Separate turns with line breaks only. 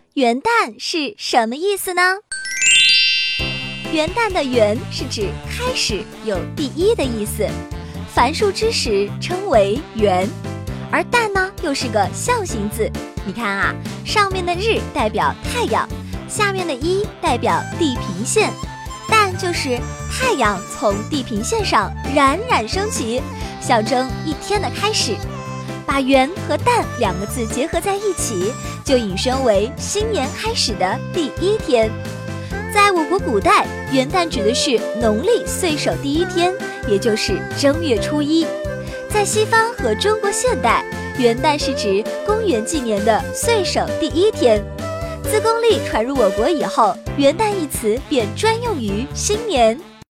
元旦是什么意思呢？元旦的元是指开始，有第一的意思，凡数之时称为元，而旦呢又是个象形字。你看啊，上面的日代表太阳，下面的一代表地平线，旦就是太阳从地平线上冉冉升起，象征一天的开始。把元和旦两个字结合在一起，就引申为新年开始的第一天。在我国古代，元旦指的是农历岁首第一天，也就是正月初一。在西方和中国现代，元旦是指公元纪年的岁首第一天。自公历传入我国以后，元旦一词便专用于新年。